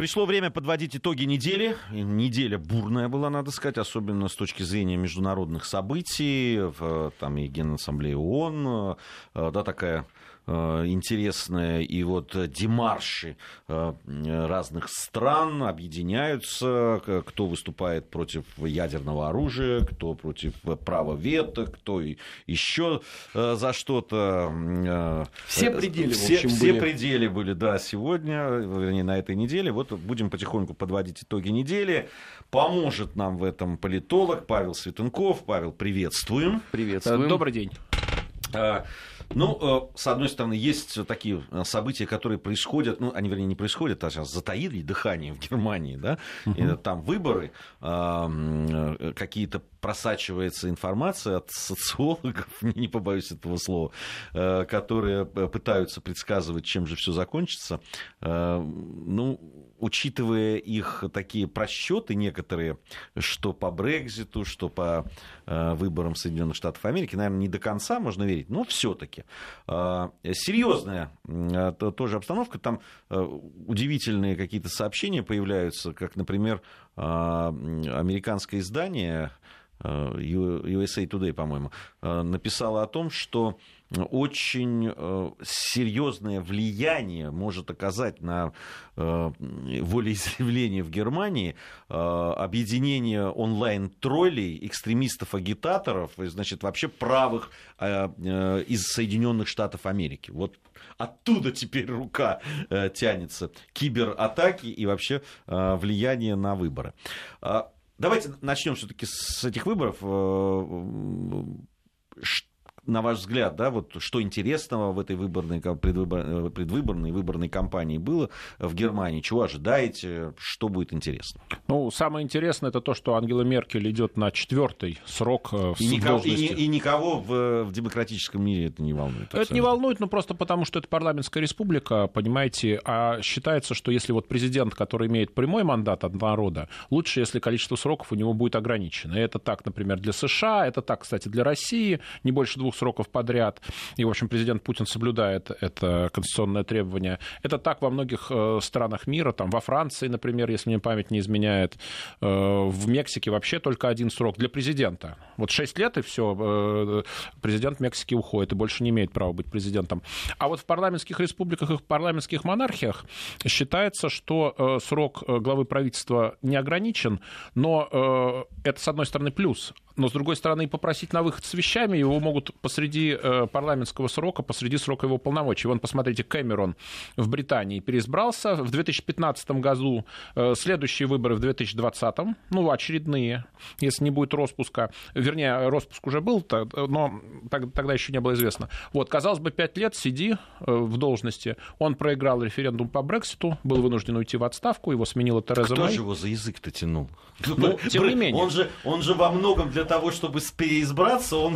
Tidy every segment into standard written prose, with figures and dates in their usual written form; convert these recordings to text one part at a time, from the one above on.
Пришло время подводить итоги недели. Неделя бурная была, надо сказать, особенно с точки зрения международных событий. Там и Генассамблея ООН, да, такая интересная, и вот демарши разных стран объединяются, кто выступает против ядерного оружия, кто против права вето, кто еще за что-то. Все пределы, все пределы были, да, сегодня, вернее, на этой неделе. Вот будем потихоньку подводить итоги недели. Поможет нам в этом политолог Павел Светенков. Павел, приветствуем. Приветствуем. Добрый день. Ну, с одной стороны, есть такие события, которые происходят, ну, они, вернее, не происходят, а сейчас затаили дыхание в Германии, да, и там выборы, какие-то просачивается информация от социологов, не побоюсь этого слова, которые пытаются предсказывать, чем же все закончится. Ну, учитывая их такие просчеты некоторые, что по Брекситу, что по выборам Соединенных Штатов Америки, наверное, не до конца можно верить, но все-таки серьезная тоже обстановка. Там удивительные какие-то сообщения появляются, как, например, американское издание USA Today, по-моему, написала о том, что очень серьезное влияние может оказать на волеизъявление в Германии объединение онлайн-троллей, экстремистов-агитаторов, значит, вообще правых из Соединенных Штатов Америки. Вот оттуда теперь рука тянется. Кибератаки и вообще влияние на выборы. Давайте начнем все-таки с этих выборов. На ваш взгляд, да, вот что интересного в этой предвыборной выборной кампании было в Германии? Чего ожидаете? Что будет интересно? Ну, самое интересное это то, что Ангела Меркель идет на 4-й срок в должности. И никого в демократическом мире это не волнует. Это не волнует, ну просто потому, что это парламентская республика, понимаете, а считается, что если вот президент, который имеет прямой мандат от народа, лучше, если количество сроков у него будет ограничено. И это так, например, для США, это так, кстати, для России, не больше 2 сроков подряд. И, в общем, президент Путин соблюдает это конституционное требование. Это так во многих странах мира, там, во Франции, например, если мне память не изменяет, в Мексике вообще только 1 срок для президента. Вот 6 лет, и все, президент Мексики уходит и больше не имеет права быть президентом. А вот в парламентских республиках и в парламентских монархиях считается, что срок главы правительства не ограничен, но это, с одной стороны, плюс. Но, с другой стороны, попросить на выход с вещами его могут посреди парламентского срока, посреди срока его полномочий. Вон, посмотрите, Кэмерон в Британии переизбрался в 2015 году, следующие выборы в 2020, ну, очередные, если не будет распуска. Вернее, распуск уже был, но тогда еще не было известно. Вот, казалось бы, 5 лет сиди в должности. Он проиграл референдум по Брекситу, был вынужден уйти в отставку, его сменила Тереза Мэй. Кто же его за язык-то тянул? Ну, тем не менее. Он же во многом для того, чтобы переизбраться, он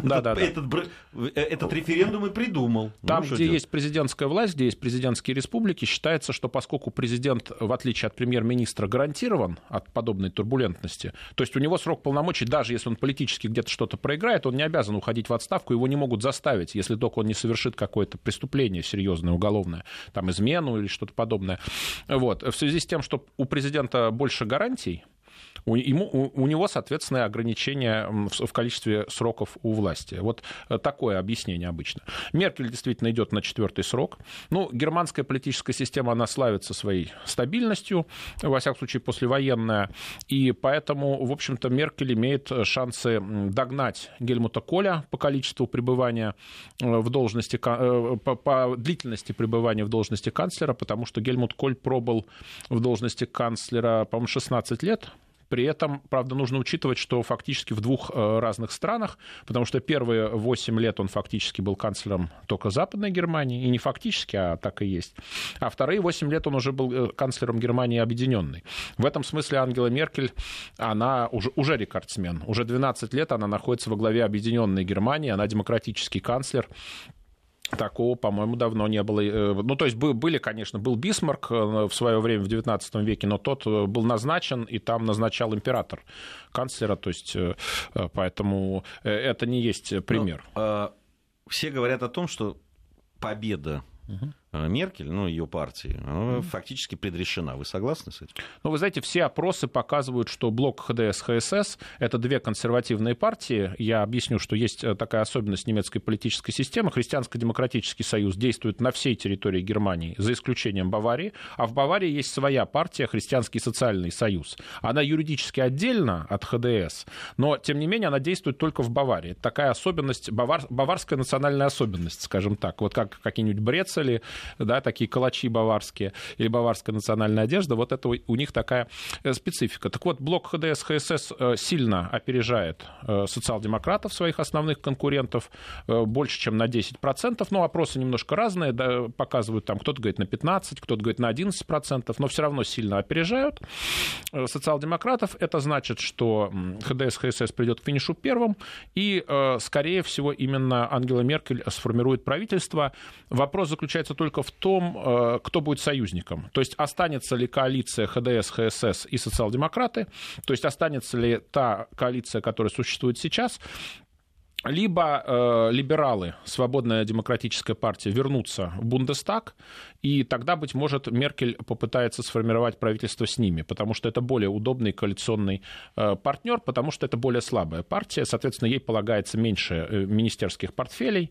этот референдум и придумал. Там, где есть президентская власть, где есть президентские республики, считается, что поскольку президент, в отличие от премьер-министра, гарантирован от подобной турбулентности, то есть у него срок полномочий, даже если он политически где-то что-то проиграет, он не обязан уходить в отставку, его не могут заставить, если только он не совершит какое-то преступление серьезное, уголовное, там измену или что-то подобное. Вот. В связи с тем, что у президента больше гарантий, у него, соответственно, ограничения в количестве сроков у власти. Вот такое объяснение обычно. Меркель действительно идет на 4-й срок. Ну, германская политическая система, она славится своей стабильностью, во всяком случае, послевоенная. И поэтому, в общем-то, Меркель имеет шансы догнать Гельмута Коля по количеству пребывания в должности, по длительности пребывания в должности канцлера, потому что Гельмут Коль пробыл в должности канцлера, по-моему, 16 лет. При этом, правда, нужно учитывать, что фактически в 2 разных странах, потому что первые 8 лет он фактически был канцлером только Западной Германии, и не фактически, а так и есть. А вторые 8 лет он уже был канцлером Германии Объединенной. В этом смысле Ангела Меркель, она уже рекордсмен. Уже 12 лет она находится во главе Объединенной Германии, она демократический канцлер. Такого, по-моему, давно не было. Ну, то есть были, конечно, был Бисмарк в свое время в XIX веке, но тот был назначен, и там назначал император канцлера, то есть поэтому это не есть пример. Но, все говорят о том, что победа Меркель, ее партии, она фактически предрешена. Вы согласны с этим? Вы знаете, все опросы показывают, что блок ХДС-ХСС — это две консервативные партии. Я объясню, что есть такая особенность немецкой политической системы. Христианско-демократический союз действует на всей территории Германии, за исключением Баварии. А в Баварии есть своя партия, Христианский социальный союз. Она юридически отдельно от ХДС, но, тем не менее, она действует только в Баварии. Это такая особенность, баварская национальная особенность, скажем так. Вот как какие-нибудь брецели, да, такие калачи баварские, или баварская национальная одежда, вот это у них такая специфика. Так вот, блок ХДС-ХСС сильно опережает социал-демократов, своих основных конкурентов, больше, чем на 10%, но опросы немножко разные, да, показывают, там кто-то говорит на 15%, кто-то говорит на 11%, но все равно сильно опережают социал-демократов. Это значит, что ХДС-ХСС придет к финишу первым, и, скорее всего, именно Ангела Меркель сформирует правительство. Вопрос заключается только в том, кто будет союзником. То есть останется ли коалиция ХДС, ХСС и социал-демократы, то есть останется ли та коалиция, которая существует сейчас, либо либералы, Свободная демократическая партия, вернутся в Бундестаг, и тогда, быть может, Меркель попытается сформировать правительство с ними, потому что это более удобный коалиционный партнер, потому что это более слабая партия, соответственно, ей полагается меньше министерских портфелей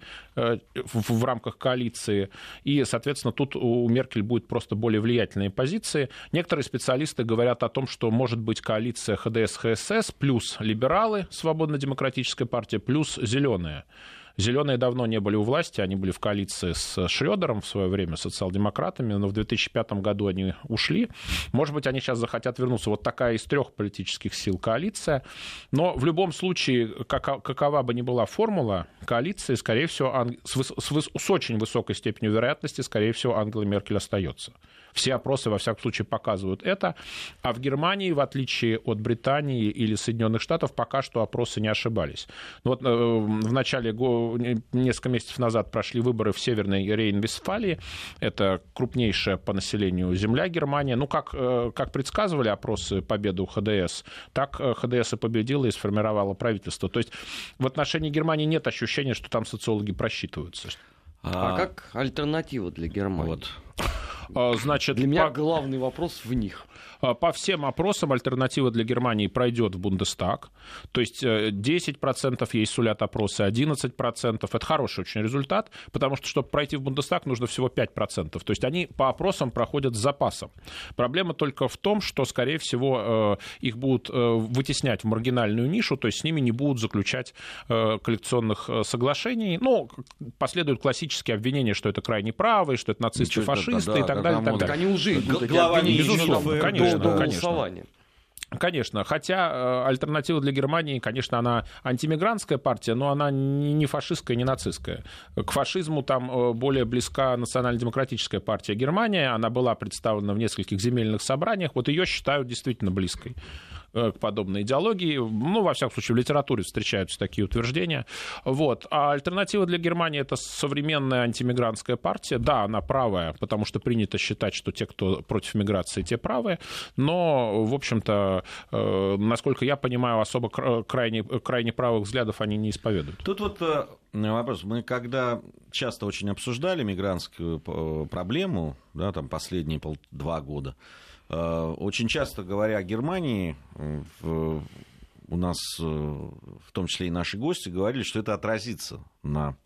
в рамках коалиции, и, соответственно, тут у Меркель будет просто более влиятельные позиции. Некоторые специалисты говорят о том, что может быть коалиция ХДС-ХСС плюс либералы, Свободно-демократическая партия, плюс зеленые. Зеленые давно не были у власти, они были в коалиции с Шрёдером в свое время, социал-демократами, но в 2005 году они ушли. Может быть, они сейчас захотят вернуться. Вот такая из трех политических сил коалиция. Но в любом случае, какова бы ни была формула коалиции, скорее всего, с очень высокой степенью вероятности, скорее всего, Ангела Меркель остается. Все опросы, во всяком случае, показывают это. А в Германии, в отличие от Британии или Соединенных Штатов, пока что опросы не ошибались. Вот в начале несколько месяцев назад прошли выборы в Северной Рейн-Вестфалии. Это крупнейшая по населению земля Германия. Как предсказывали опросы победу ХДС, так ХДС и победила и сформировала правительство. То есть в отношении Германии нет ощущения, что там социологи просчитываются. А как альтернатива для Германии? Вот. Значит, для меня главный вопрос в них. По всем опросам альтернатива для Германии пройдет в Бундестаг. То есть 10% ей сулят опросы, 11%. Это хороший очень результат, потому что, чтобы пройти в Бундестаг, нужно всего 5%. То есть они по опросам проходят с запасом. Проблема только в том, что, скорее всего, их будут вытеснять в маргинальную нишу, то есть с ними не будут заключать коалиционных соглашений. Ну, последуют классические обвинения, что это крайне правые, что это нацисты, фашисты и так далее. Так они уже идут, эти обвинения, безусловно, конечно. До голосования. Конечно, хотя альтернатива для Германии, конечно, она антимигрантская партия, но она не фашистская, не нацистская. К фашизму там более близка национально-демократическая партия Германия, она была представлена в нескольких земельных собраниях, вот ее считают действительно близкой к подобной идеологии. Ну, во всяком случае, в литературе встречаются такие утверждения. Вот. А альтернатива для Германии — это современная антимигрантская партия. Да, она правая, потому что принято считать, что те, кто против миграции, те правые. Но, в общем-то, насколько я понимаю, особо крайне правых взглядов они не исповедуют. Тут вот вопрос. Мы когда часто очень обсуждали мигрантскую проблему, да, там последние 2 года, очень часто говоря о Германии, у нас, в том числе и наши гости, говорили, что это отразится на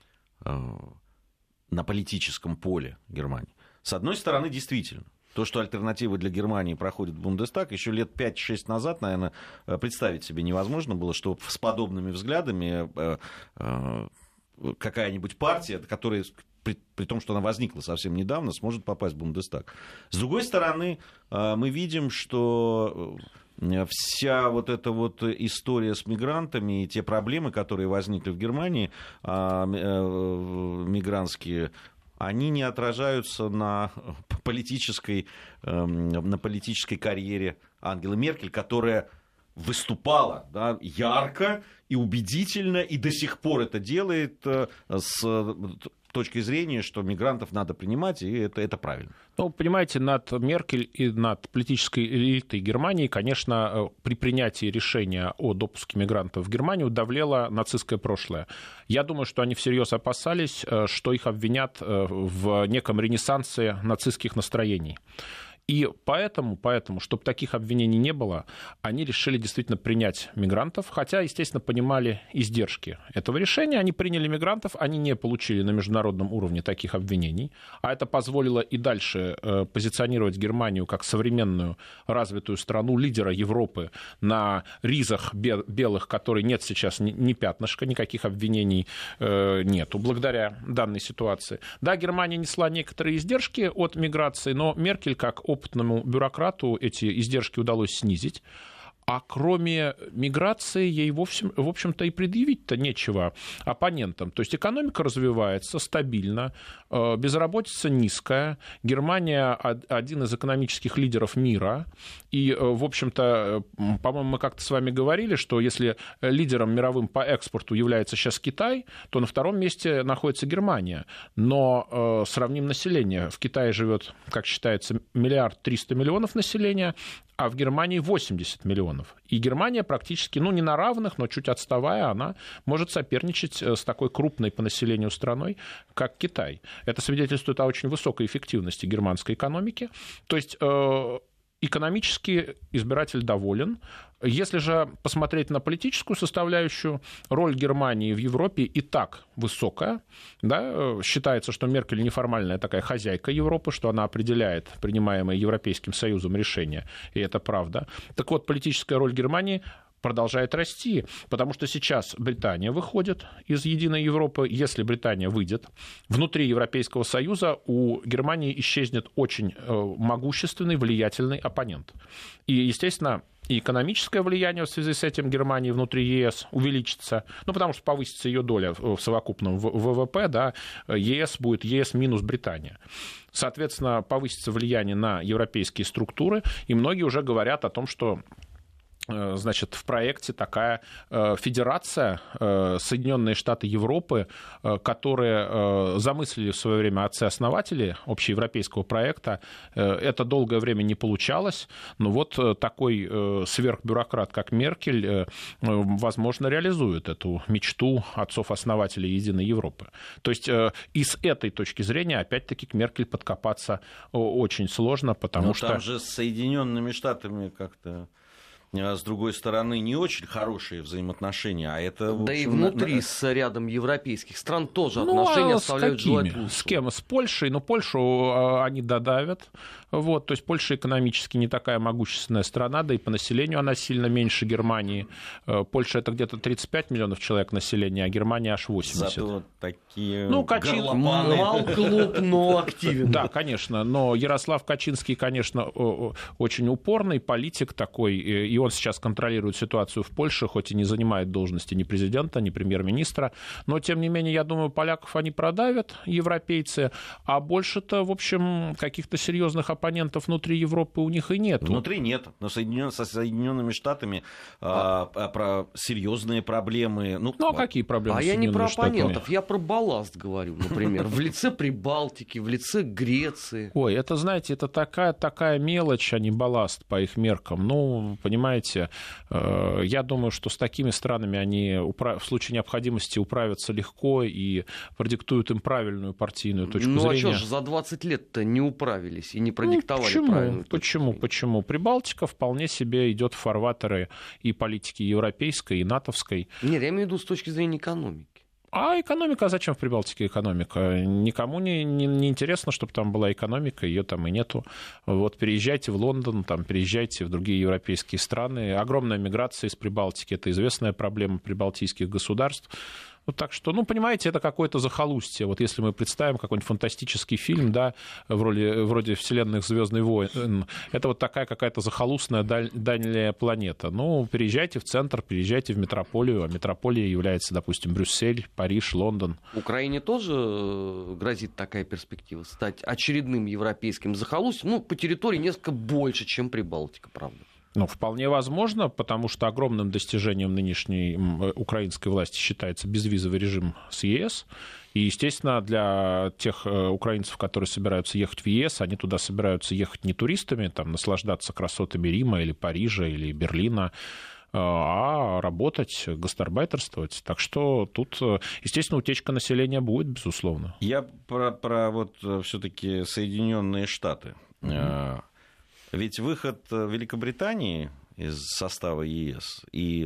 политическом поле Германии. С одной стороны, действительно, то, что альтернатива для Германии проходит в Бундестаг, еще лет 5-6 назад, наверное, представить себе невозможно было, что с подобными взглядами какая-нибудь партия, которая, при том, что она возникла совсем недавно, сможет попасть в Бундестаг. С другой стороны, мы видим, что вся вот эта вот история с мигрантами и те проблемы, которые возникли в Германии, мигрантские, они не отражаются на политической карьере Ангелы Меркель, которая выступала, да, ярко и убедительно, и до сих пор это делает точкой зрения, что мигрантов надо принимать, и это правильно. Ну, понимаете, над Меркель и над политической элитой Германии, конечно, при принятии решения о допуске мигрантов в Германию давлело нацистское прошлое. Я думаю, что они всерьез опасались, что их обвинят в неком ренессансе нацистских настроений. И поэтому, чтобы таких обвинений не было, они решили действительно принять мигрантов, хотя, естественно, понимали издержки этого решения. Они приняли мигрантов, они не получили на международном уровне таких обвинений, а это позволило и дальше позиционировать Германию как современную развитую страну, лидера Европы на ризах белых, которой нет сейчас ни пятнышка, никаких обвинений нету благодаря данной ситуации. Да, Германия несла некоторые издержки от миграции, но Меркель, как опытному бюрократу, эти издержки удалось снизить. А кроме миграции ей, в общем-то, и предъявить-то нечего оппонентам. То есть экономика развивается стабильно, безработица низкая, Германия один из экономических лидеров мира. И, в общем-то, по-моему, мы как-то с вами говорили, что если лидером мировым по экспорту является сейчас Китай, то на втором месте находится Германия. Но сравним население. В Китае живет, как считается, 1 300 000 000 населения, а в Германии 80 миллионов. И Германия практически, не на равных, но чуть отставая, она может соперничать с такой крупной по населению страной, как Китай. Это свидетельствует о очень высокой эффективности германской экономики. То есть экономически избиратель доволен. Если же посмотреть на политическую составляющую, роль Германии в Европе и так высокая. Да? Считается, что Меркель неформальная такая хозяйка Европы, что она определяет принимаемые Европейским Союзом решения, и это правда. Так вот, политическая роль Германии продолжает расти, потому что сейчас Британия выходит из единой Европы. Если Британия выйдет, внутри Европейского Союза у Германии исчезнет очень могущественный, влиятельный оппонент. И, естественно, и экономическое влияние в связи с этим Германии внутри ЕС увеличится, потому что повысится ее доля в совокупном ВВП, да, ЕС будет ЕС минус Британия. Соответственно, повысится влияние на европейские структуры, и многие уже говорят о том, что значит, в проекте такая федерация Соединенные Штаты Европы, которые замыслили в свое время отцы-основатели общеевропейского проекта. Это долгое время не получалось, но вот такой сверхбюрократ, как Меркель, возможно, реализует эту мечту отцов-основателей Единой Европы. То есть и с этой точки зрения, опять-таки, к Меркель подкопаться очень сложно, потому что... там же с Соединенными Штатами как-то... с другой стороны, не очень хорошие взаимоотношения, а это... Да общем, и внутри с рядом европейских стран тоже отношения оставляют желать лучшего. С кем? С Польшей, но Польшу они додавят. Вот, то есть Польша экономически не такая могущественная страна, да и по населению она сильно меньше Германии. Польша — это где-то 35 миллионов человек населения, а Германия аж 80. Зато такие горлопаны. Мал клуб, но активен. Да, конечно, но Ярослав Качинский, конечно, очень упорный политик такой, и он сейчас контролирует ситуацию в Польше, хоть и не занимает должности ни президента, ни премьер-министра, но, тем не менее, я думаю, поляков они продавят, европейцы, а больше-то, в общем, каких-то серьезных оппонентов внутри Европы у них и нет. Внутри нет, но со Соединенными Штатами про серьезные проблемы. А какие проблемы? А я не про оппонентов, я про балласт говорю, например, в лице Прибалтики, в лице Греции. Ой, это, знаете, это такая мелочь, а не балласт по их меркам. Понимаете, я думаю, что с такими странами они в случае необходимости управятся легко и продиктуют им правильную партийную точку зрения. А что же, за 20 лет-то не управились и не продиктовали правильную точку зрения? Почему? Прибалтика вполне себе идет в фарватеры и политики европейской, и натовской. Нет, я имею в виду с точки зрения экономики. А экономика, зачем в Прибалтике экономика? Никому не интересно, чтобы там была экономика, ее там и нету. Вот переезжайте в Лондон, переезжайте в другие европейские страны. Огромная миграция из Прибалтики — это известная проблема прибалтийских государств. Так что, понимаете, это какое-то захолустье. Вот если мы представим какой-нибудь фантастический фильм, да, вроде вселенных «Звездный войн», это вот такая какая-то захолустная дальняя планета. Переезжайте в центр, переезжайте в метрополию, а метрополией является, допустим, Брюссель, Париж, Лондон. Украине тоже грозит такая перспектива стать очередным европейским захолустьем, по территории несколько больше, чем Прибалтика, правда. Ну, вполне возможно, потому что огромным достижением нынешней украинской власти считается безвизовый режим с ЕС. И, естественно, для тех украинцев, которые собираются ехать в ЕС, они туда собираются ехать не туристами, там, наслаждаться красотами Рима или Парижа или Берлина, а работать, гастарбайтерствовать. Так что тут, естественно, утечка населения будет, безусловно. Я про вот все-таки Соединенные Штаты. Ведь выход Великобритании из состава ЕС и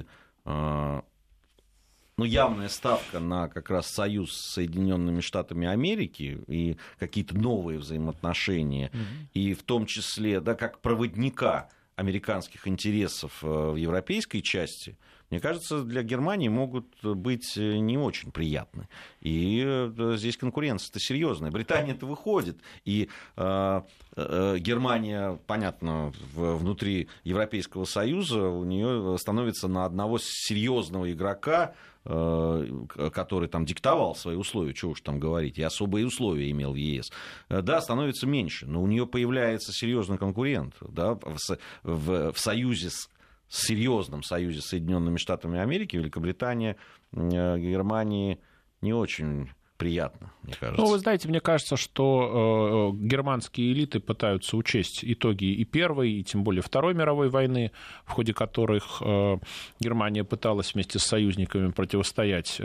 явная ставка на как раз союз с Соединенными Штатами Америки и какие-то новые взаимоотношения, и в том числе, да, как проводника американских интересов в европейской части, мне кажется, для Германии могут быть не очень приятны. И здесь конкуренция-то серьезная. Британия-то выходит, и Германия, понятно, внутри Европейского Союза у нее становится на одного серьезного игрока, который там диктовал свои условия, чего уж там говорить, и особые условия имел в ЕС, да, становится меньше, но у нее появляется серьезный конкурент, да, в союзе с серьезном союзе с Соединенными Штатами Америки, Великобритания, Германии не очень приятно, мне кажется. Ну, вы знаете, мне кажется, что германские элиты пытаются учесть итоги и Первой, и тем более Второй мировой войны, в ходе которых Германия пыталась вместе с союзниками противостоять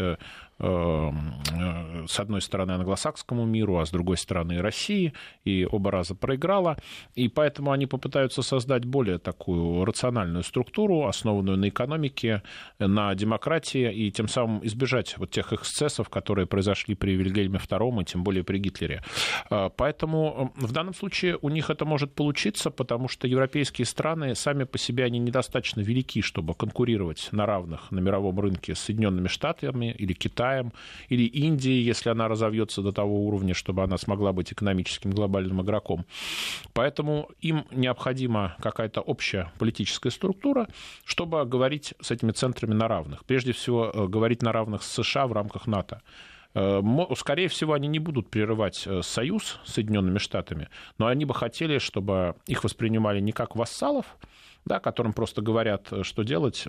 с одной стороны англосакскому миру, а с другой стороны России, и оба раза проиграла. И поэтому они попытаются создать более такую рациональную структуру, основанную на экономике, на демократии, и тем самым избежать вот тех эксцессов, которые произошли при Вильгельме II, и тем более при Гитлере. Поэтому в данном случае у них это может получиться, потому что европейские страны сами по себе они недостаточно велики, чтобы конкурировать на равных на мировом рынке с Соединенными Штатами или Китаем, или Индией, если она разовьется до того уровня, чтобы она смогла быть экономическим глобальным игроком. Поэтому им необходима какая-то общая политическая структура, чтобы говорить с этими центрами на равных. Прежде всего, говорить на равных с США в рамках НАТО. Скорее всего, они не будут прерывать союз с Соединенными Штатами, но они бы хотели, чтобы их воспринимали не как вассалов, да, которым просто говорят, что делать,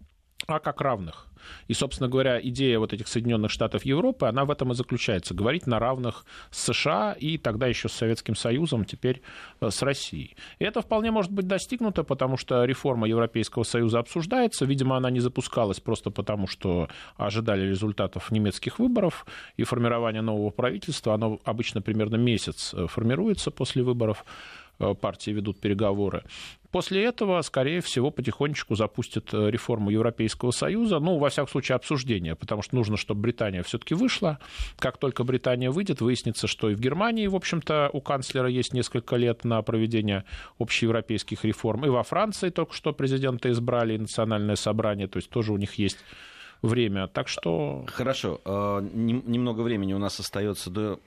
а как равных. И, собственно говоря, идея вот этих Соединенных Штатов Европы, она в этом и заключается. Говорить на равных с США и тогда еще с Советским Союзом, теперь с Россией. И это вполне может быть достигнуто, потому что реформа Европейского Союза обсуждается. Видимо, она не запускалась просто потому, что ожидали результатов немецких выборов и формирования нового правительства. Оно обычно примерно месяц формируется после выборов. Партии ведут переговоры. После этого, скорее всего, потихонечку запустят реформу Европейского Союза, ну, во всяком случае, обсуждение, потому что нужно, чтобы Британия все-таки вышла. Как только Британия выйдет, выяснится, что и в Германии, в общем-то, у канцлера есть несколько лет на проведение общеевропейских реформ, и во Франции только что президента избрали, и национальное собрание, то есть тоже у них есть время, так что... Хорошо, немного времени у нас остается до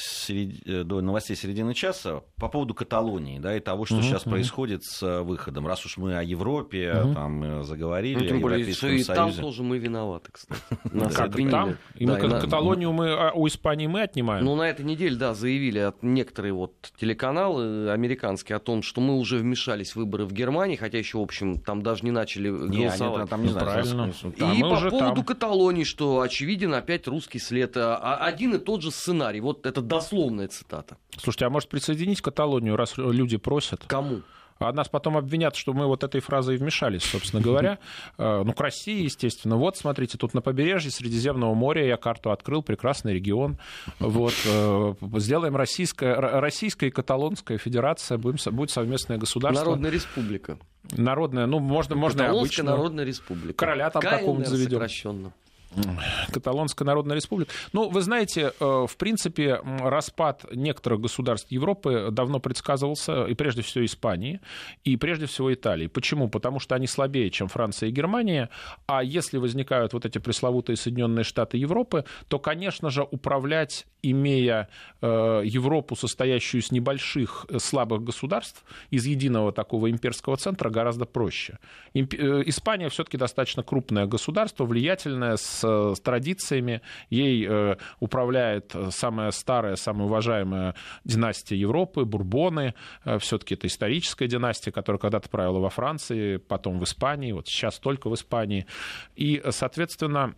новостей середины часа. По поводу Каталонии, да, и того, что сейчас происходит с выходом. Раз уж мы о Европе там заговорили, тем более, о Европейском Союзе. И там тоже мы виноваты, кстати. Нас как там? И мы Каталонию у Испании мы отнимаем? Ну, на этой неделе, да, заявили некоторые вот телеканалы американские о том, что мы уже вмешались в выборы в Германии, хотя еще, в общем, там даже не начали голосовать. Они, там не знаю, правильно. И по поводу Каталонии, что очевиден опять русский след. Один и тот же сценарий. Вот это дословная цитата. Слушайте, а может присоединить Каталонию, раз люди просят? Кому? А нас потом обвинят, что мы вот этой фразой вмешались, собственно говоря. Ну, к России, естественно. Вот, смотрите, тут на побережье Средиземного моря я карту открыл, прекрасный регион. Вот, сделаем Российская и Каталонская федерация, будет совместное государство. Народная республика. Народная, ну, можно и обычно. Каталонская Народная Республика. Короля там какого-нибудь заведем. Сокращенно. Каталонская Народная Республика. Ну, вы знаете, в принципе, распад некоторых государств Европы давно предсказывался, и прежде всего Испании, и прежде всего Италии. Почему? Потому что они слабее, чем Франция и Германия, а если возникают вот эти пресловутые Соединенные Штаты Европы, то, конечно же, управлять, имея Европу, состоящую из небольших слабых государств, из единого такого имперского центра, гораздо проще. Испания все-таки достаточно крупное государство, влиятельное, с с традициями. Ей управляет самая старая, самая уважаемая династия Европы, Бурбоны. Все-таки это историческая династия, которая когда-то правила во Франции, потом в Испании, вот сейчас только в Испании. И, соответственно,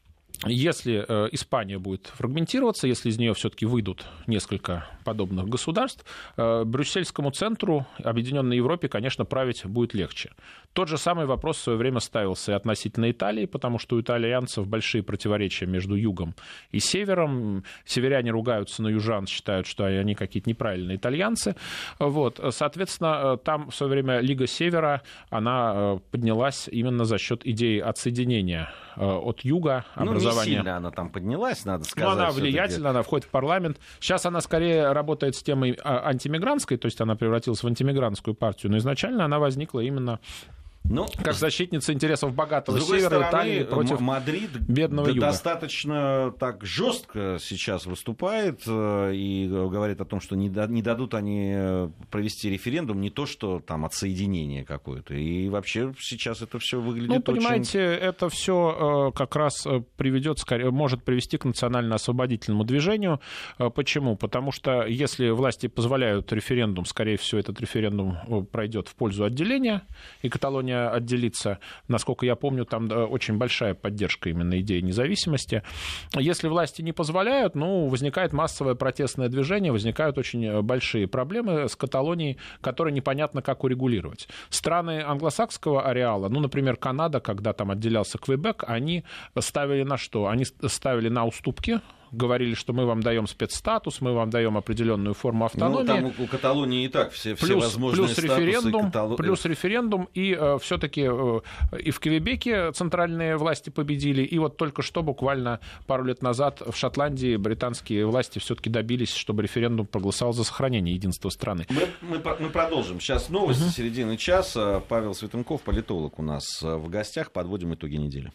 если Испания будет фрагментироваться, если из нее все-таки выйдут несколько подобных государств, брюссельскому центру, Объединенной Европе, конечно, править будет легче. Тот же самый вопрос в свое время ставился и относительно Италии, потому что у итальянцев большие противоречия между югом и севером. Северяне ругаются на южан, считают, что они какие-то неправильные итальянцы. Вот. Соответственно, там в свое время Лига Севера, она поднялась именно за счет идеи отсоединения от юга, образования. Не сильно она там поднялась, надо сказать. Но она влиятельна, она входит в парламент. Сейчас она скорее работает с темой антимигрантской, то есть она превратилась в антимигрантскую партию, но изначально она возникла именно как защитница интересов богатого севера Италии против Мадрид бедного юга. Достаточно так жестко сейчас выступает и говорит о том, что не дадут они провести референдум, не то что там отсоединение какое-то. И вообще сейчас это все выглядит понимаете, это все как раз может привести к национально-освободительному движению. Почему? Потому что если власти позволяют референдум, скорее всего, этот референдум пройдет в пользу отделения, и Каталония отделиться. Насколько я помню, там очень большая поддержка именно идеи независимости. Если власти не позволяют, возникает массовое протестное движение, возникают очень большие проблемы с Каталонией, которые непонятно, как урегулировать. Страны англосаксского ареала, например, Канада, когда там отделялся Квебек, они ставили на что? Они ставили на уступки, говорили, что мы вам даем спецстатус, мы вам даем определенную форму автономии. Там у Каталонии и так все возможные статусы. Плюс референдум, и все-таки и в Квебеке центральные власти победили, и вот только что, буквально пару лет назад, в Шотландии британские власти все-таки добились, чтобы референдум проголосовал за сохранение единства страны. Мы продолжим. Сейчас новости середины часа. Павел Светенков, политолог, у нас в гостях. Подводим итоги недели.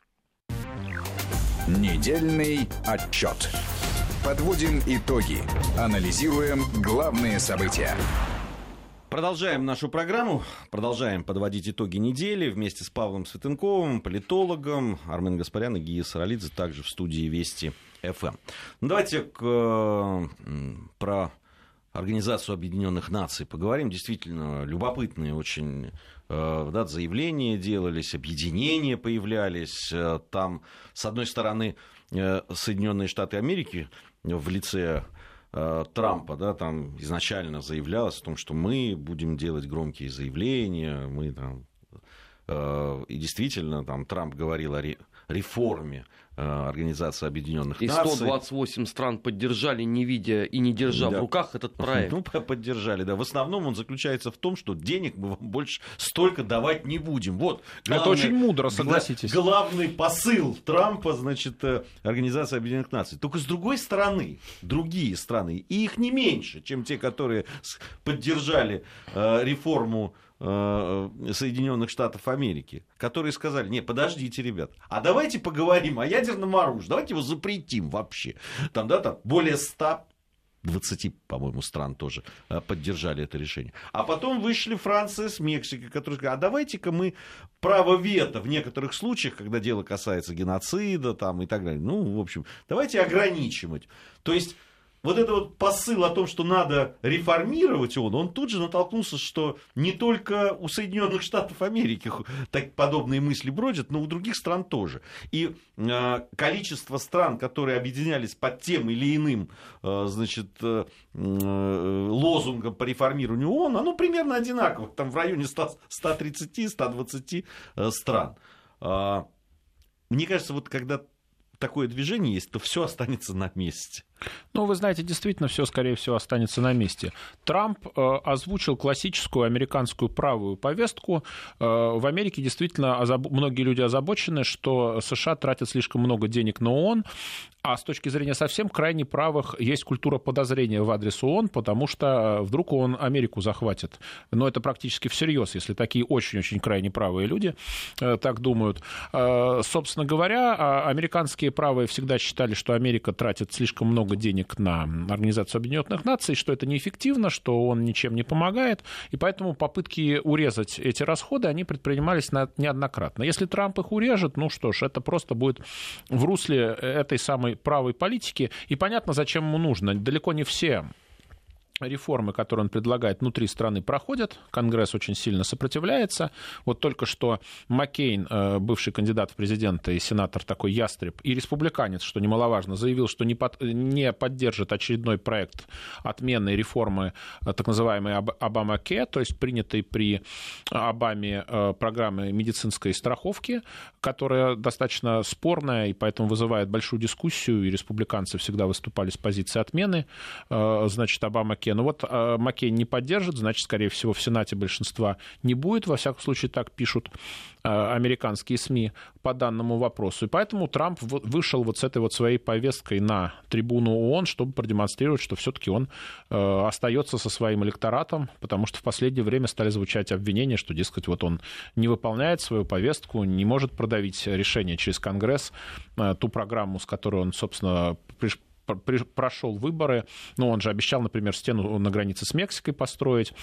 Недельный отчет. Подводим итоги. Анализируем главные события. Продолжаем нашу программу, продолжаем подводить итоги недели вместе с Павлом Светенковым, политологом, Армен Гаспарян и Гия Саралидзе, также в студии Вести ФМ. Давайте про Организацию Объединенных Наций поговорим. Действительно, любопытные очень заявления делались, объединения появлялись. Там, с одной стороны, Соединенные Штаты Америки в лице Трампа, там изначально заявлялось о том, что мы будем делать громкие заявления, мы там... И действительно, там Трамп говорил о реформе Организации Объединенных Наций. И 128 стран поддержали, не видя и не держа в руках этот проект. Поддержали, да. В основном он заключается в том, что денег мы вам больше столько давать не будем. Вот. Это очень мудро, согласитесь. Главный посыл Трампа, Организации Объединенных Наций. Только с другой стороны, другие страны, и их не меньше, чем те, которые поддержали реформу Соединенных Штатов Америки, которые сказали: не, подождите, ребят, а давайте поговорим о ядерном оружии, давайте его запретим вообще. Там более 120, по-моему, стран тоже поддержали это решение. А потом вышли Франция с Мексикой, которые сказали: а давайте-ка мы право вето в некоторых случаях, когда дело касается геноцида и так далее, в общем, давайте ограничим это. То есть вот этот вот посыл о том, что надо реформировать ООН, он тут же натолкнулся, что не только у Соединенных Штатов Америки подобные мысли бродят, но у других стран тоже. И количество стран, которые объединялись под тем или иным лозунгом по реформированию ООН, оно примерно одинаково, там в районе 130-120 стран. Мне кажется, вот когда такое движение есть, то все останется на месте. Вы знаете, действительно, все, скорее всего, останется на месте. Трамп озвучил классическую американскую правую повестку. В Америке действительно многие люди озабочены, что США тратят слишком много денег на ООН, а с точки зрения совсем крайне правых есть культура подозрения в адрес ООН, потому что вдруг ООН Америку захватит. Но это практически всерьез, если такие очень-очень крайне правые люди так думают. Собственно говоря, американские правые всегда считали, что Америка тратит слишком много много денег на Организацию Объединенных Наций, что это неэффективно, что он ничем не помогает, и поэтому попытки урезать эти расходы, они предпринимались неоднократно. Если Трамп их урежет, ну что ж, это просто будет в русле этой самой правой политики, и понятно, зачем ему нужно. Далеко не все реформы, которые он предлагает внутри страны, проходят. Конгресс очень сильно сопротивляется. Вот только что Маккейн, бывший кандидат в президенты и сенатор такой ястреб, и республиканец, что немаловажно, заявил, что не поддержит очередной проект отмены реформы так называемой Обама-Ке, то есть принятой при Обаме программы медицинской страховки, которая достаточно спорная и поэтому вызывает большую дискуссию, и республиканцы всегда выступали с позиции отмены, значит, Обама-Ке. Но вот Маккейн не поддержит, значит, скорее всего, в Сенате большинства не будет. Во всяком случае, так пишут американские СМИ по данному вопросу. И поэтому Трамп вышел вот с этой вот своей повесткой на трибуну ООН, чтобы продемонстрировать, что все-таки он остается со своим электоратом, потому что в последнее время стали звучать обвинения, что, дескать, вот он не выполняет свою повестку, не может продавить решение через Конгресс, ту программу, с которой он, собственно, прошел выборы. Ну, он же обещал, например, стену на границе с Мексикой построить.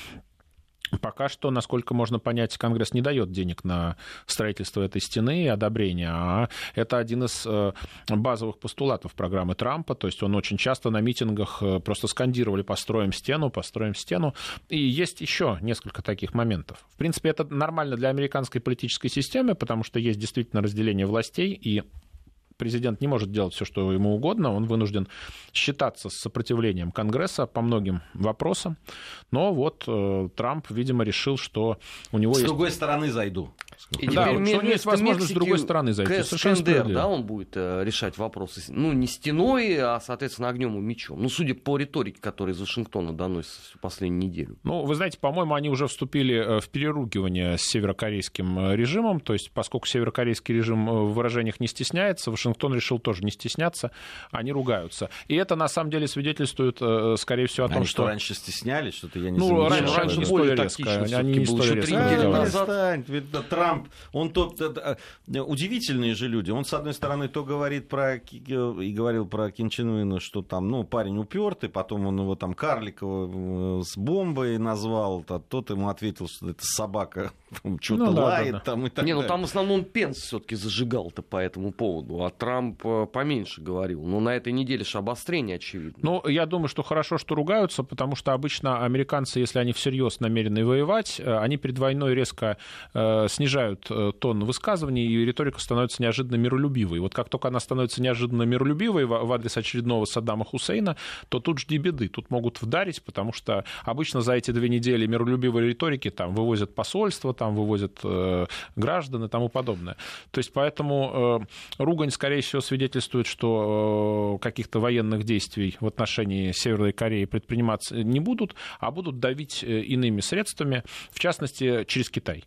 Пока что, насколько можно понять, Конгресс не дает денег на строительство этой стены и одобрение, а это один из базовых постулатов программы Трампа, то есть он очень часто на митингах просто скандировали «построим стену», «построим стену», и есть еще несколько таких моментов. В принципе, это нормально для американской политической системы, потому что есть действительно разделение властей, и президент не может делать все, что ему угодно, он вынужден считаться с сопротивлением Конгресса по многим вопросам. Но вот Трамп, видимо, решил, что у него с другой стороны зайду. И да, теперь что у него есть возможность с другой стороны зайти. КСКНДР, да, он будет решать вопросы, ну, не стеной, а, соответственно, огнем и мечом. Ну, судя по риторике, которая из Вашингтона доносится всю последнюю неделю. Ну, вы знаете, по-моему, они уже вступили в переругивание с северокорейским режимом, то есть, поскольку северокорейский режим в выражениях не стесняется, Вашингтон решил тоже не стесняться, они ругаются. И это, на самом деле, свидетельствует, скорее всего, о том, они что... раньше стеснялись, что-то я не замечал. замечал. Раньше не столь резко. Они не столь резко. Трамп, он удивительные же люди. Он, с одной стороны, то говорит и говорил про Ким Чен Ына, что там, ну, парень упертый, потом он его там Карликова с бомбой назвал, тот ему ответил, что это собака что-то лает. Там, и так не, далее. ну там в основном Пенс все-таки зажигал-то по этому поводу, а Трамп поменьше говорил. Но на этой неделе же обострение очевидно. Ну, я думаю, что хорошо, что ругаются, потому что обычно американцы, если они всерьез намерены воевать, они перед войной резко снижают тон высказываний, и риторика становится неожиданно миролюбивой. Вот как только она становится неожиданно миролюбивой в адрес очередного Саддама Хусейна, то тут жди беды. Тут могут вдарить, потому что обычно за эти 2 недели миролюбивой риторики там вывозят посольства, там вывозят граждан и тому подобное. То есть поэтому ругань, скорее всего, свидетельствует, что каких-то военных действий в отношении Северной Кореи предприниматься не будут, а будут давить иными средствами, в частности, через Китай.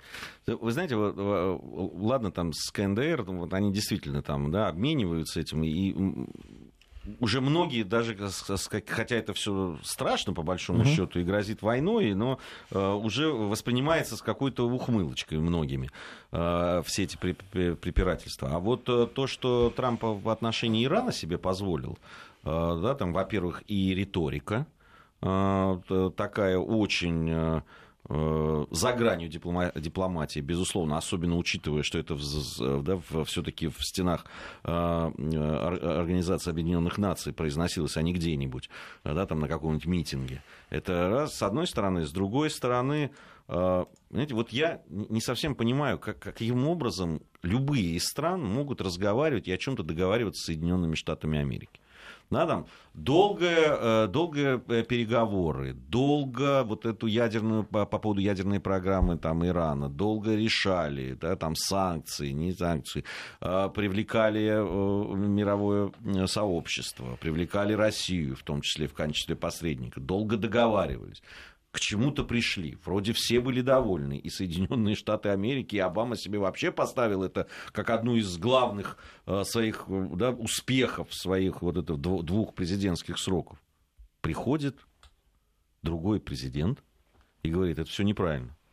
Вы знаете, ладно, там с КНДР, вот они действительно там, да, обмениваются этим, и уже многие, даже хотя это все страшно, по большому счету, и грозит войной, но уже воспринимается с какой-то ухмылочкой многими все эти препирательства. А вот то, что Трамп в отношении Ирана себе позволил, да, там, во-первых, и риторика такая очень... за гранью дипломатии, безусловно, особенно учитывая, что это все-таки в стенах Организации Объединенных Наций произносилось, а не где-нибудь, да, там на каком-нибудь митинге. Это раз, с одной стороны. С другой стороны, знаете, вот я не совсем понимаю, каким образом любые из стран могут разговаривать и о чем-то договариваться с Соединенными Штатами Америки. Да, там долгие переговоры, долго вот эту ядерную, по поводу ядерной программы там, Ирана, долго решали, да, там санкции, не санкции, привлекали мировое сообщество, привлекали Россию, в том числе в качестве посредника, долго договаривались. К чему-то пришли. Вроде все были довольны. И Соединенные Штаты Америки, и Обама себе вообще поставил это как одну из главных своих, да, успехов своих вот это 2 президентских сроков. Приходит другой президент и говорит, это все неправильно.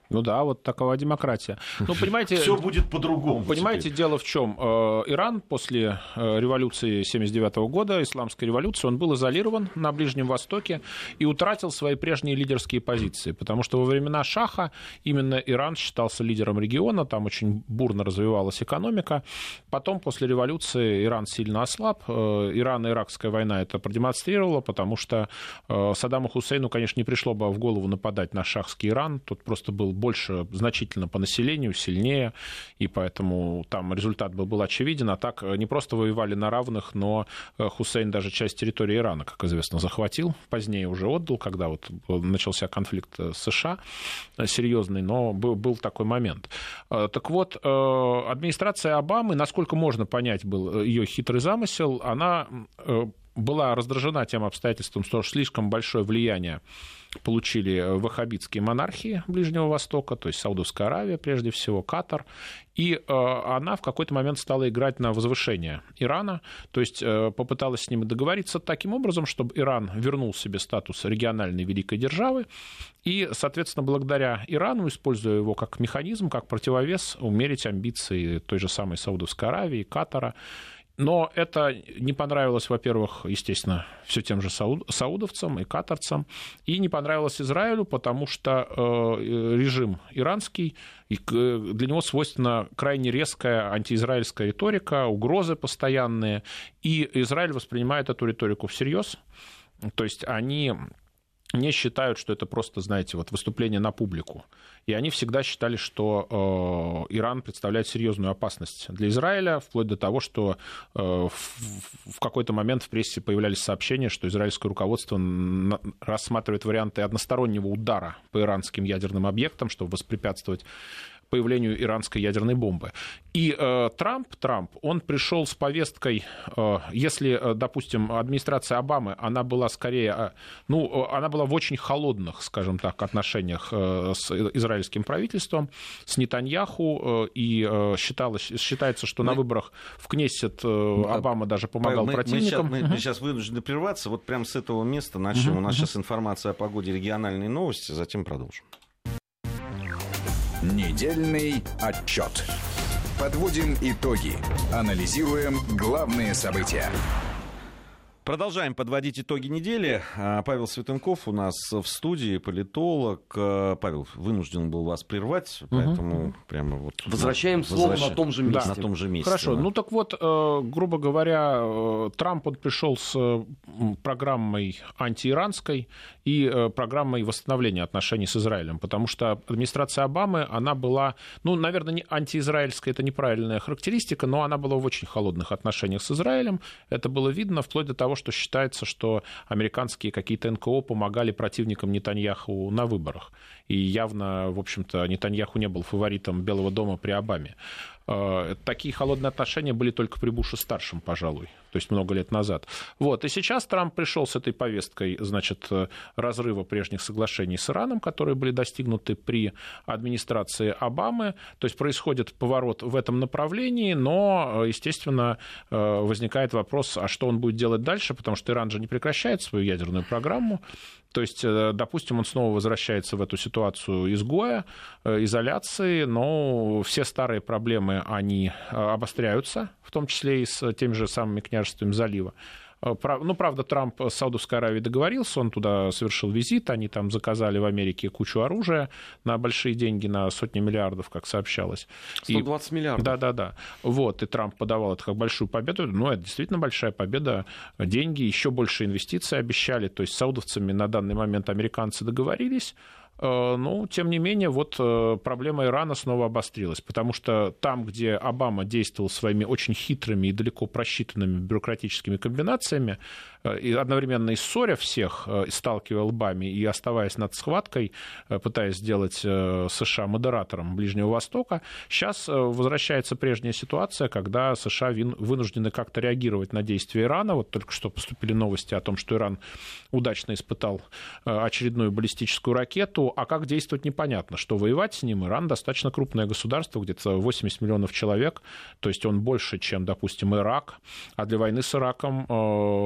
Ну да, вот такова демократия. Ну, понимаете, все будет по-другому. Понимаете, дело в чем? Иран после революции 1979 года, исламской революции, он был изолирован на Ближнем Востоке и утратил свои прежние лидерские позиции, потому что во времена Шаха именно Иран считался лидером региона, там очень бурно развивалась экономика. Потом, после революции, Иран сильно ослаб. Ирано-Иракская война это продемонстрировала, потому что Саддаму Хусейну, конечно, не пришло бы в голову нападать на шахский Иран. Тут просто был больше значительно по населению, сильнее, и поэтому там результат был очевиден. А так не просто воевали на равных, но Хусейн даже часть территории Ирана, как известно, захватил. Позднее уже отдал, когда вот начался конфликт с США серьезный, но был такой момент. Так вот, администрация Обамы, насколько можно понять был ее хитрый замысел, она была раздражена тем обстоятельством, что слишком большое влияние получили ваххабитские монархии Ближнего Востока, то есть Саудовская Аравия, прежде всего, Катар, и она в какой-то момент стала играть на возвышение Ирана, то есть попыталась с ними договориться таким образом, чтобы Иран вернул себе статус региональной великой державы, и, соответственно, благодаря Ирану, используя его как механизм, как противовес, умерить амбиции той же самой Саудовской Аравии, Катара. Но это не понравилось, во-первых, естественно, все тем же саудовцам и катарцам, и не понравилось Израилю, потому что режим иранский, для него свойственна крайне резкая антиизраильская риторика, угрозы постоянные, и Израиль воспринимает эту риторику всерьез, то есть они не считают, что это просто, знаете, вот выступление на публику. И они всегда считали, что Иран представляет серьезную опасность для Израиля, вплоть до того, что в какой-то момент в прессе появлялись сообщения, что израильское руководство рассматривает варианты одностороннего удара по иранским ядерным объектам, чтобы воспрепятствовать появлению иранской ядерной бомбы. И Трамп, он пришел с повесткой, если, допустим, администрация Обамы, она была скорее, она была в очень холодных, скажем так, отношениях с израильским правительством, с Нетаньяху, и считается, что на выборах в Кнессет Обама даже помогал противникам. Мы сейчас вынуждены прерваться, вот прямо с этого места начнем. У нас сейчас информация о погоде, региональные новости, затем продолжим. Недельный отчет. Подводим итоги. Анализируем главные события. Продолжаем подводить итоги недели. Павел Светенков у нас в студии, политолог. Павел, вынужден был вас прервать, поэтому прямо вот... Возвращаем слово на том же месте. Да, на том же месте. Хорошо, да. Так вот, грубо говоря, Трамп, он пришел с программой антииранской и программой восстановления отношений с Израилем, потому что администрация Обамы, она была, наверное, не антиизраильская, это неправильная характеристика, но она была в очень холодных отношениях с Израилем. Это было видно вплоть до того, что считается, что американские какие-то НКО помогали противникам Нетаньяху на выборах. И явно, в общем-то, Нетаньяху не был фаворитом Белого дома при Обаме. Такие холодные отношения были только при Буше-старшем, пожалуй, то есть много лет назад. И сейчас Трамп пришел с этой повесткой, разрыва прежних соглашений с Ираном, которые были достигнуты при администрации Обамы. То есть происходит поворот в этом направлении, но, естественно, возникает вопрос, а что он будет делать дальше, потому что Иран же не прекращает свою ядерную программу. То есть, допустим, он снова возвращается в эту ситуацию изгоя, изоляции, но все старые проблемы, они обостряются, в том числе и с теми же самыми княжествами залива. Правда, Трамп с Саудовской Аравией договорился, он туда совершил визит, они там заказали в Америке кучу оружия на большие деньги, на сотни миллиардов, как сообщалось. 120 миллиардов. Да. И Трамп подавал это как большую победу. Это действительно большая победа. Деньги, еще больше инвестиций обещали. То есть с саудовцами на данный момент американцы договорились. Но, тем не менее, проблема Ирана снова обострилась, потому что там, где Обама действовал своими очень хитрыми и далеко просчитанными бюрократическими комбинациями, и одновременно и ссоря всех, сталкивая лбами и оставаясь над схваткой, пытаясь сделать США модератором Ближнего Востока, сейчас возвращается прежняя ситуация, когда США вынуждены как-то реагировать на действия Ирана. Только что поступили новости о том, что Иран удачно испытал очередную баллистическую ракету, а как действовать непонятно, что воевать с ним. Иран достаточно крупное государство, где-то 80 миллионов человек, то есть он больше, чем, допустим, Ирак, а для войны с Ираком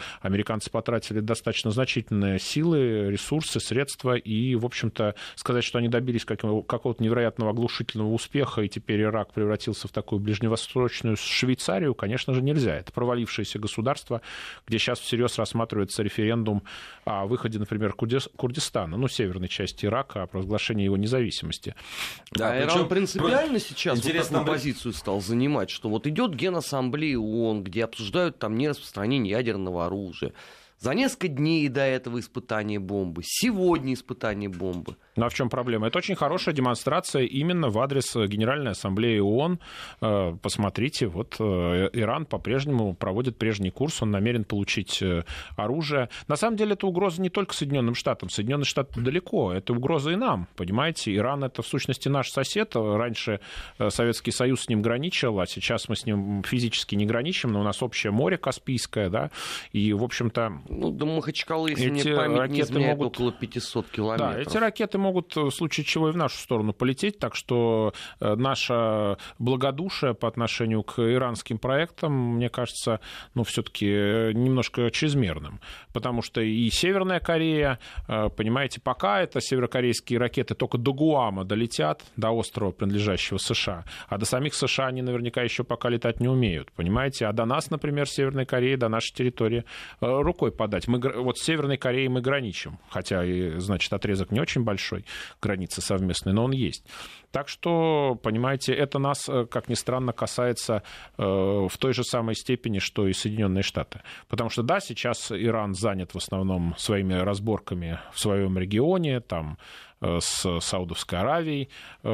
американцы потратили достаточно значительные силы, ресурсы, средства, и, в общем-то, сказать, что они добились какого-то невероятного оглушительного успеха, и теперь Ирак превратился в такую ближневосточную Швейцарию, конечно же, нельзя. Это провалившееся государство, где сейчас всерьез рассматривается референдум о выходе, например, Курдистана, северной части Ирака, о провозглашении его независимости. Да, Иран принципиально сейчас такую позицию стал занимать, что вот идет Генассамблея ООН, где обсуждают там нераспространение ядерного оружия. За несколько дней до этого испытания бомбы, сегодня испытание бомбы. Ну а в чем проблема? Это очень хорошая демонстрация именно в адрес Генеральной Ассамблеи ООН. Посмотрите, вот Иран по-прежнему проводит прежний курс, он намерен получить оружие. На самом деле это угроза не только Соединенным Штатам. Соединенные Штаты далеко, это угроза и нам, понимаете? Иран — это в сущности наш сосед. Раньше Советский Союз с ним граничил, а сейчас мы с ним физически не граничим, но у нас общее море Каспийское, да, и, в общем-то... до Махачкалы, если мне память не изменяет, около 500 километров. Да, эти ракеты могут в случае чего и в нашу сторону полететь, так что наше благодушие по отношению к иранским проектам, мне кажется, все-таки немножко чрезмерным, потому что и Северная Корея, понимаете, пока это северокорейские ракеты только до Гуама долетят, до острова, принадлежащего США, а до самих США они наверняка еще пока летать не умеют, понимаете, а до нас, например, Северной Кореи, до нашей территории рукой подать. Вот с Северной Кореей мы граничим, хотя, значит, отрезок не очень большой, границы совместные, но он есть. Так что, понимаете, это нас, как ни странно, касается в той же самой степени, что и Соединенные Штаты. Потому что, да, сейчас Иран занят в основном своими разборками в своем регионе, там, с Саудовской Аравией.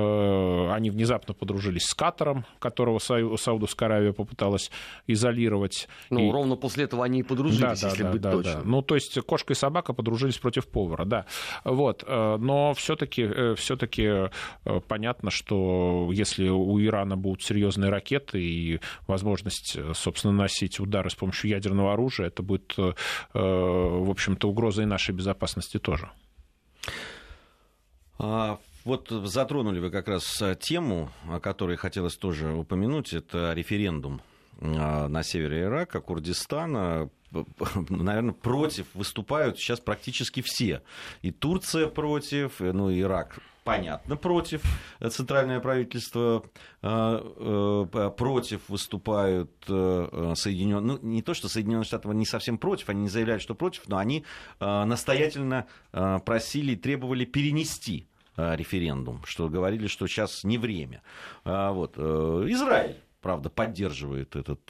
Они внезапно подружились с Катаром, которого Саудовская Аравия попыталась изолировать. Ровно после этого они и подружились, если быть точным. Да. То есть кошка и собака подружились против повара, да. Вот. Но все-таки понятно, что если у Ирана будут серьезные ракеты и возможность, собственно, наносить удары с помощью ядерного оружия, это будет, в общем-то, угрозой нашей безопасности тоже. Вот затронули вы как раз тему, о которой хотелось тоже упомянуть, это референдум на севере Ирака, Курдистана. Наверное, против выступают сейчас практически все. И Турция против, и Ирак, понятно, против. Центральное правительство против выступают Соединенные... не то, что Соединенные Штаты не совсем против, они не заявляют, что против, но они настоятельно просили и требовали перенести референдум, что говорили, что сейчас не время. Израиль, правда, поддерживает этот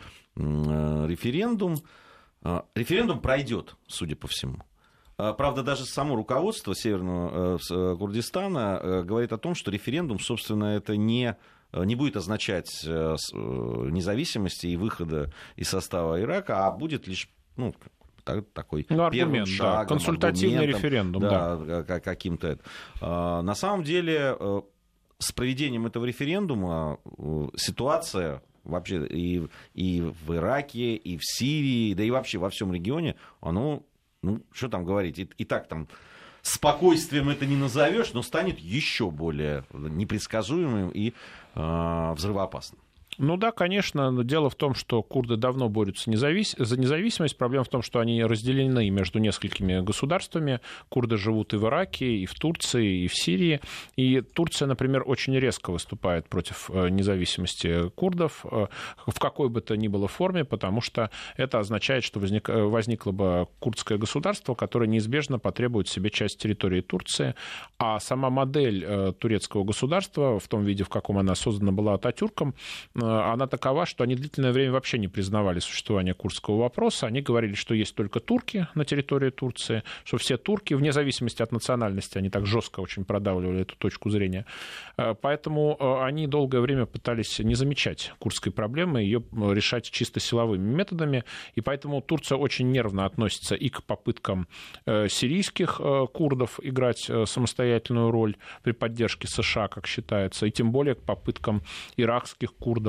референдум. Референдум пройдет, судя по всему. Правда, даже само руководство Северного Курдистана говорит о том, что референдум, собственно, это не будет означать независимости и выхода из состава Ирака, а будет лишь такой первым шагом, консультативный референдум, каким-то. На самом деле, с проведением этого референдума ситуация вообще и в Ираке, и в Сирии, да и вообще во всем регионе, что там говорить, и так там спокойствием это не назовешь, но станет еще более непредсказуемым и взрывоопасным. Да, конечно. Дело в том, что курды давно борются за независимость. Проблема в том, что они разделены между несколькими государствами. Курды живут и в Ираке, и в Турции, и в Сирии. И Турция, например, очень резко выступает против независимости курдов в какой бы то ни было форме, потому что это означает, что возникло бы курдское государство, которое неизбежно потребует себе часть территории Турции. А сама модель турецкого государства, в том виде, в каком она создана была Ататюрком, она такова, что они длительное время вообще не признавали существование курдского вопроса. Они говорили, что есть только турки на территории Турции, что все турки, вне зависимости от национальности, они так жестко очень продавливали эту точку зрения. Поэтому они долгое время пытались не замечать курдской проблемы, ее решать чисто силовыми методами. И поэтому Турция очень нервно относится и к попыткам сирийских курдов играть самостоятельную роль при поддержке США, как считается, и тем более к попыткам иракских курдов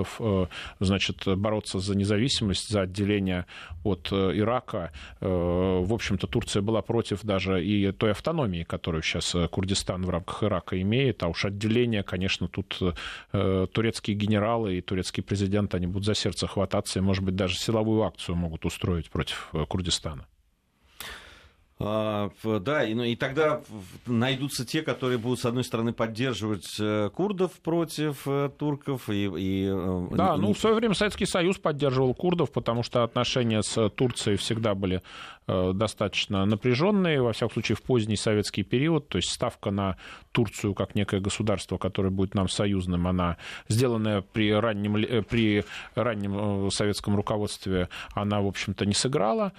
курдов, значит, бороться за независимость, за отделение от Ирака. В общем-то, Турция была против даже и той автономии, которую сейчас Курдистан в рамках Ирака имеет, а уж отделение, конечно, тут турецкие генералы и турецкий президент, они будут за сердце хвататься, и, может быть, даже силовую акцию могут устроить против Курдистана. Да, и тогда найдутся те, которые будут, с одной стороны, поддерживать курдов против турков. Да, в свое время Советский Союз поддерживал курдов, потому что отношения с Турцией всегда были достаточно напряженные, во всяком случае, в поздний советский период. То есть ставка на Турцию как некое государство, которое будет нам союзным, она сделанная при раннем советском руководстве, она, в общем-то, не сыграла.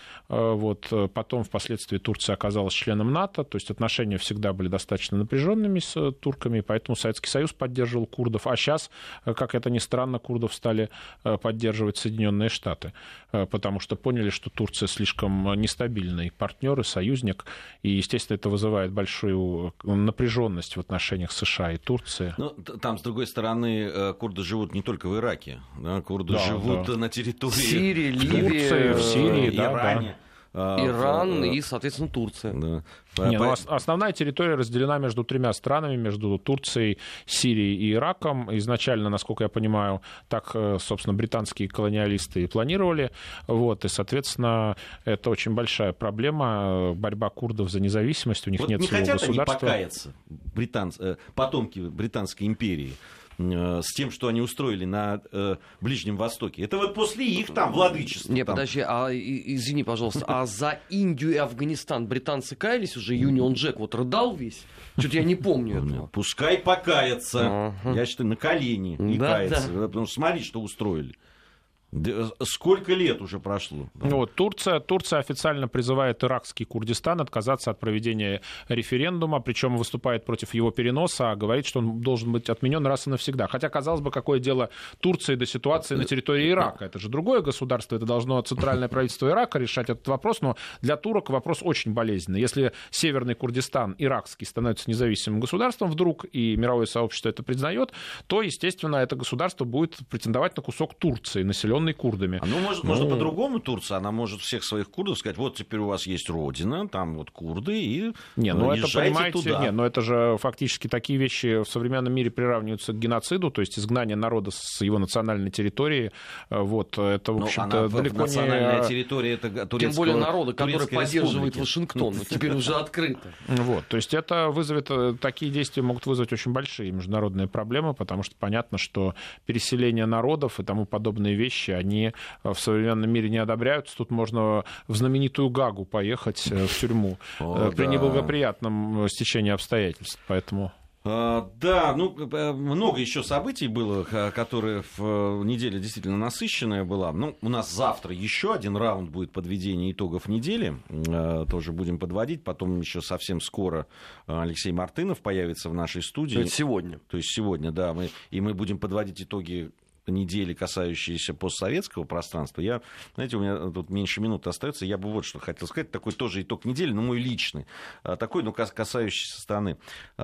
Потом, впоследствии, Турция оказалась членом НАТО, то есть отношения всегда были достаточно напряженными с турками, поэтому Советский Союз поддерживал курдов. А сейчас, как это ни странно, курдов стали поддерживать Соединенные Штаты, потому что поняли, что Турция слишком нестабильный партнер и союзник, и, естественно, это вызывает большую напряженность в отношениях США и Турции. Там, с другой стороны, курды живут не только в Ираке, да? Курды живут на территории Сирии, Ливии, Турции, в Сирии, Иране. Иран и, соответственно, Турция. Да. Основная территория разделена между тремя странами, между Турцией, Сирией и Ираком. Изначально, насколько я понимаю, так, собственно, британские колониалисты и планировали. И, соответственно, это очень большая проблема, борьба курдов за независимость, у них нет своего государства. Не хотят они покаяться, потомки Британской империи, с тем, что они устроили на Ближнем Востоке. Это после их там владычества. Подожди, извини, пожалуйста, а за Индию и Афганистан британцы каялись уже? Юнион Джек рыдал весь? Что-то я не помню этого. Пускай покается. Я считаю, на колени и кается. Потому что смотри, что устроили. Сколько лет уже прошло? Турция официально призывает иракский Курдистан отказаться от проведения референдума, причем выступает против его переноса, а говорит, что он должен быть отменен раз и навсегда. Хотя, казалось бы, какое дело Турции до ситуации на территории Ирака? Это же другое государство, это должно центральное правительство Ирака решать этот вопрос, но для турок вопрос очень болезненный. Если Северный Курдистан, иракский, становится независимым государством вдруг, и мировое сообщество это признает, то, естественно, это государство будет претендовать на кусок Турции, населенный курдами. Можно по-другому Турция, она может всех своих курдов сказать, теперь у вас есть родина, там курды, и езжайте туда. Но это же фактически такие вещи в современном мире приравниваются к геноциду, то есть изгнание народа с его национальной территории. Это, в общем-то, далеко не... Национальная территория это турецкого... Тем более народа, который поддерживает Вашингтон, теперь уже открыто. То есть это вызовет, такие действия могут вызвать очень большие международные проблемы, потому что понятно, что переселение народов и тому подобные вещи, они в современном мире не одобряются. Тут можно в знаменитую Гаагу поехать в тюрьму при неблагоприятном стечении обстоятельств. Поэтому... Да, много еще событий было, которые в неделе действительно насыщенная была. У нас завтра еще один раунд будет подведения итогов недели. Тоже будем подводить. Потом еще совсем скоро Алексей Мартынов появится в нашей студии. То есть сегодня, да. Мы будем подводить итоги недели, касающиеся постсоветского пространства. У меня тут меньше минуты остается, я бы что хотел сказать. Такой тоже итог недели, но мой личный. Такой, касающийся страны.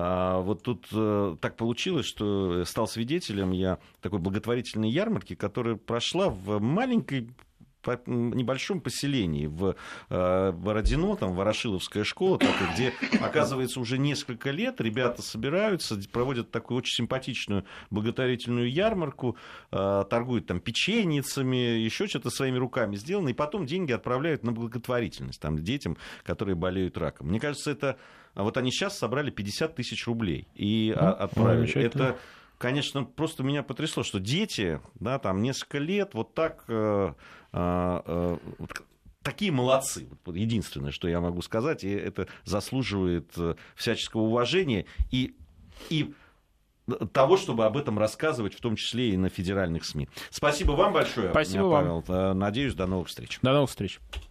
Тут так получилось, что стал свидетелем я такой благотворительной ярмарки, которая прошла в маленькой небольшом поселении в Бородино, там Ворошиловская школа, где, оказывается, уже несколько лет ребята собираются, проводят такую очень симпатичную благотворительную ярмарку, торгуют там печеньицами, еще что-то своими руками сделано, и потом деньги отправляют на благотворительность детям, которые болеют раком. Мне кажется, это... они сейчас собрали 50 тысяч рублей и отправили. Это, конечно, просто меня потрясло, что дети, несколько лет такие молодцы. Единственное, что я могу сказать, и это заслуживает всяческого уважения и того, чтобы об этом рассказывать, в том числе и на федеральных СМИ. Спасибо вам большое. Спасибо Павел. Надеюсь, до новых встреч. До новых встреч.